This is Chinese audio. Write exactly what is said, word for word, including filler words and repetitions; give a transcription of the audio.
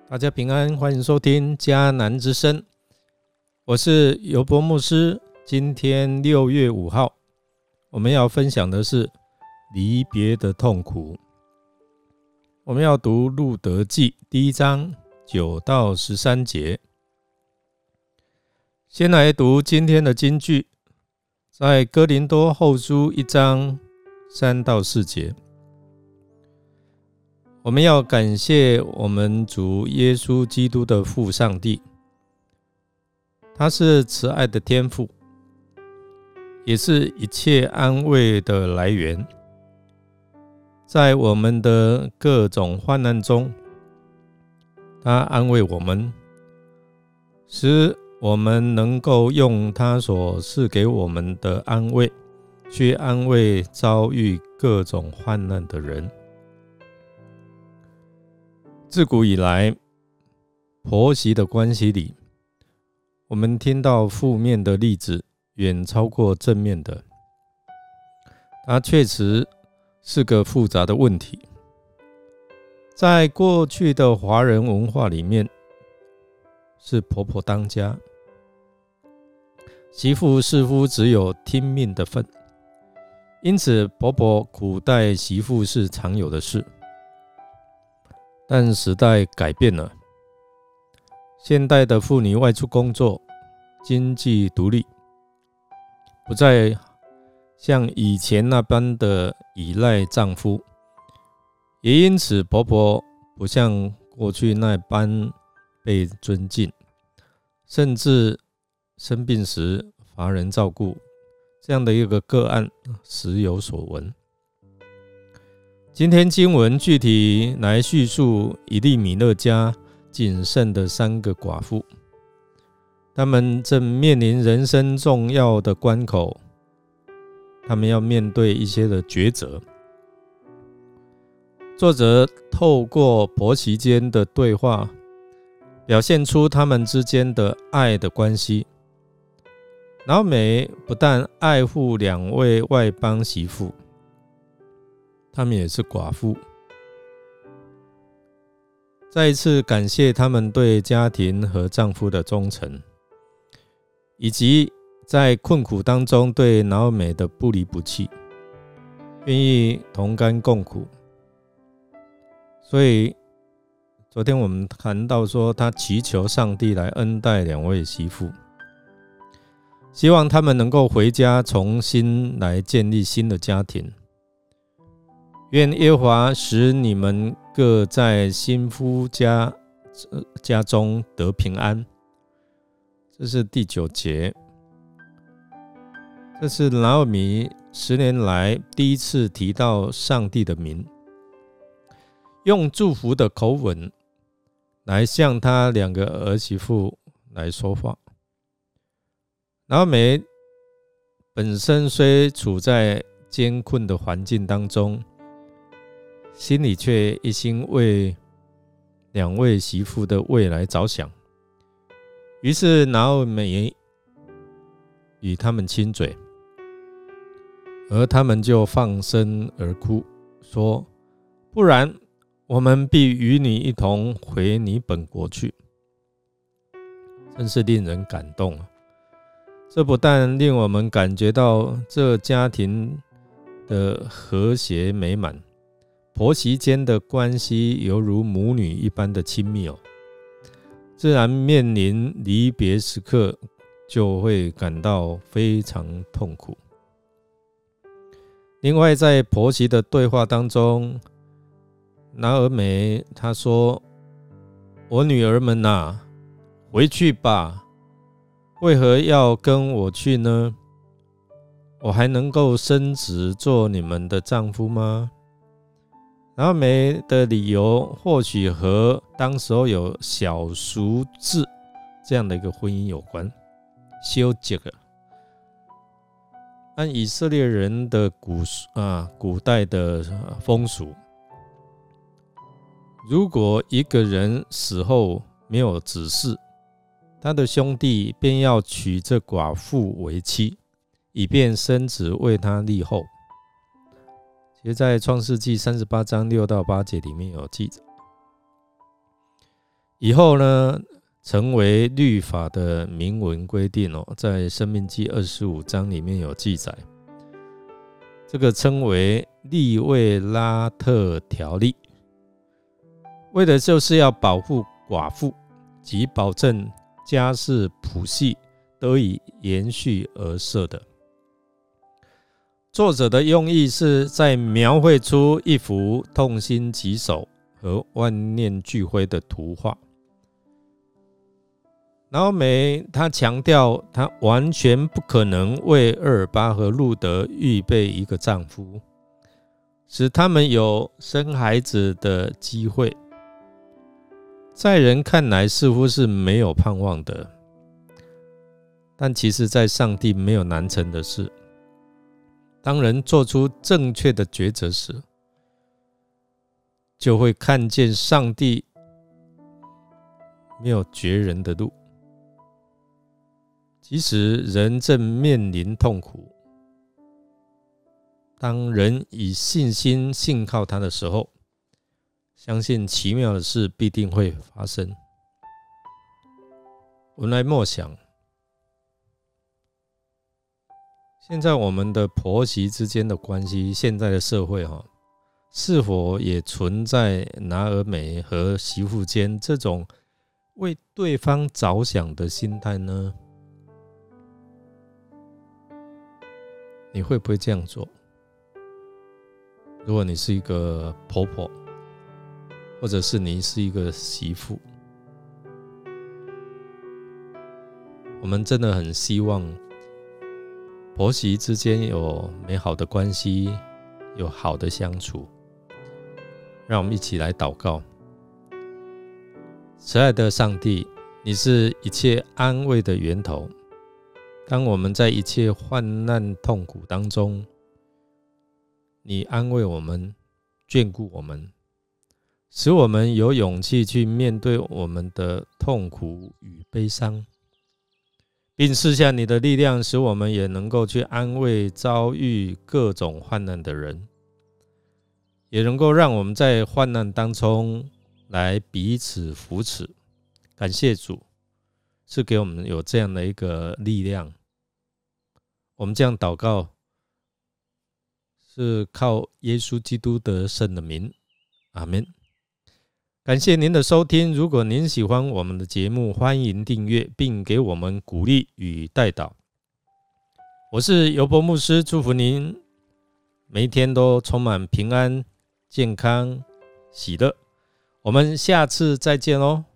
大家平安，欢迎收听迦南之声，我是尤伯牧师。今天六月五号，我们要分享的是离别的痛苦。我们要读路得记第一章九到十三节。先来读今天的金句，在哥林多后书一章三到四节。我们要感谢我们主耶稣基督的父上帝，他是慈爱的天父，也是一切安慰的来源。在我们的各种患难中，他安慰我们，使我们能够用他所赐给我们的安慰，去安慰遭遇各种患难的人。自古以来，婆媳的关系里，我们听到负面的例子远超过正面的。它确实是个复杂的问题。在过去的华人文化里面，是婆婆当家，媳妇似乎只有听命的份，因此婆婆苦待媳妇是常有的事。但时代改变了，现代的妇女外出工作，经济独立，不再像以前那般的依赖丈夫，也因此婆婆不像过去那般被尊敬，甚至生病时乏人照顾，这样的一个个案时有所闻。今天经文具体来叙述以利米勒家仅剩的三个寡妇，他们正面临人生重要的关口，他们要面对一些的抉择。作者透过婆媳间的对话，表现出他们之间的爱的关系。拿俄米不但爱护两位外邦媳妇，他们也是寡妇，再一次感谢他们对家庭和丈夫的忠诚，以及在困苦当中对拿俄米的不离不弃，愿意同甘共苦。所以昨天我们谈到说，他祈求上帝来恩待两位媳妇，希望他们能够回家重新来建立新的家庭。愿耶和华使你们各在新夫家家中得平安。这是第九节。这是拿俄米十年来第一次提到上帝的名，用祝福的口吻来向他两个儿媳妇来说话。拿俄米本身虽处在艰困的环境当中，心里却一心为两位媳妇的未来着想。于是拿俄米与他们亲嘴，而他们就放声而哭，说：不然我们必与你一同回你本国去。真是令人感动啊！这不但令我们感觉到这家庭的和谐美满，婆媳间的关系犹如母女一般的亲密哦，自然面临离别时刻就会感到非常痛苦。另外，在婆媳的对话当中，拿俄米他说：我女儿们啊，回去吧，为何要跟我去呢？我还能够升职做你们的丈夫吗？拿俄米的理由或许和当时候有小赎制这样的一个婚姻有关。修结了，按以色列人的 古,、啊、古代的风俗，如果一个人死后没有子嗣，他的兄弟便要娶这寡妇为妻，以便生子为他立后。其实在创世纪三十八章六到八节里面有记载， 以后呢，成为律法的明文规定哦，在申命记二十五章里面有记载，这个称为利未拉特条例，为的就是要保护寡妇及保证家事谱系得以延续而设的。作者的用意是在描绘出一幅痛心疾首和万念俱灰的图画。拿俄米他强调，他完全不可能为厄尔巴和路德预备一个丈夫，使他们有生孩子的机会。在人看来似乎是没有盼望的，但其实在上帝没有难成的事。当人做出正确的抉择时，就会看见上帝没有绝人的路。即使人正面临痛苦，当人以信心信靠他的时候，相信奇妙的事必定会发生。我们来默想，现在我们的婆媳之间的关系，现在的社会是否也存在拿俄米和媳妇间这种为对方着想的心态呢？你会不会这样做？如果你是一个婆婆，或者是你是一个媳妇，我们真的很希望婆媳之间有美好的关系，有好的相处。让我们一起来祷告。慈爱的上帝，你是一切安慰的源头。当我们在一切患难痛苦当中，你安慰我们，眷顾我们，使我们有勇气去面对我们的痛苦与悲伤，并赐下你的力量，使我们也能够去安慰遭遇各种患难的人，也能够让我们在患难当中来彼此扶持。感谢主，是给我们有这样的一个力量。我们这样祷告，是靠耶稣基督得胜的名，阿们。感谢您的收听，如果您喜欢我们的节目，欢迎订阅并给我们鼓励与代祷。我是尤伯牧师，祝福您每一天都充满平安、健康、喜乐。我们下次再见喽。